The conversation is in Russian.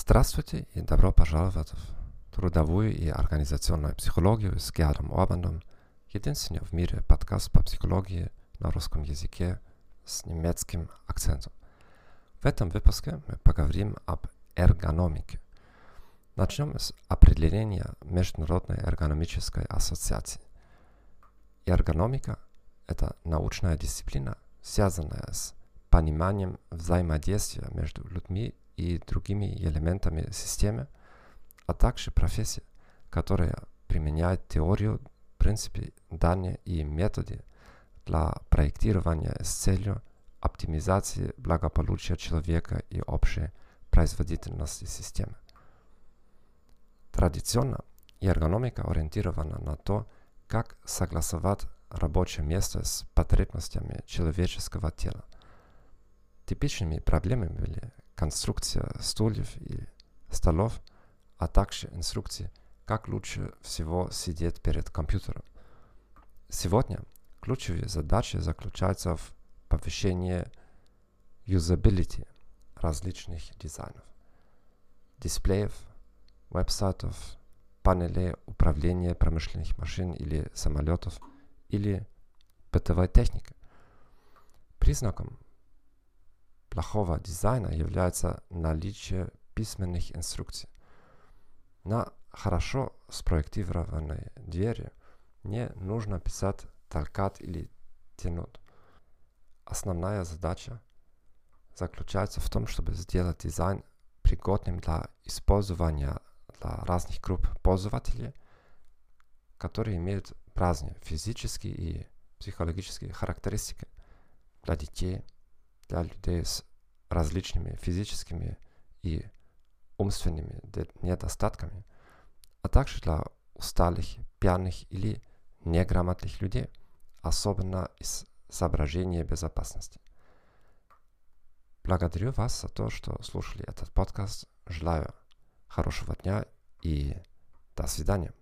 Здравствуйте и добро пожаловать в трудовую и организационную психологию с Гердом Орбаном, единственный в мире подкаст по психологии на русском языке с немецким акцентом. В этом выпуске мы поговорим об эргономике. Начнем с определения Международной эргономической ассоциации. Эргономика – это научная дисциплина, связанная с пониманием взаимодействия между людьми и другими элементами системы, а также профессия, которая применяет теорию, принципы, данные и методы для проектирования с целью оптимизации благополучия человека и общей производительности системы. Традиционно эргономика ориентирована на то, как согласовать рабочее место с потребностями человеческого тела. Типичными проблемами были конструкция стульев и столов, а также инструкции, как лучше всего сидеть перед компьютером. Сегодня ключевые задачи заключаются в повышении юзабилити различных дизайнов, дисплеев, веб-сайтов, панелей управления промышленных машин или самолетов или бытовой техники. Признаком плохого дизайна является наличие письменных инструкций. На хорошо спроектированной двери не нужно писать толкать или тянуть. Основная задача заключается в том, чтобы сделать дизайн пригодным для использования для разных групп пользователей, которые имеют разные физические и психологические характеристики для детей, для людей с различными физическими и умственными недостатками, а также для усталых, пьяных или неграмотных людей, особенно из соображения безопасности. Благодарю вас за то, что слушали этот подкаст. Желаю хорошего дня и до свидания.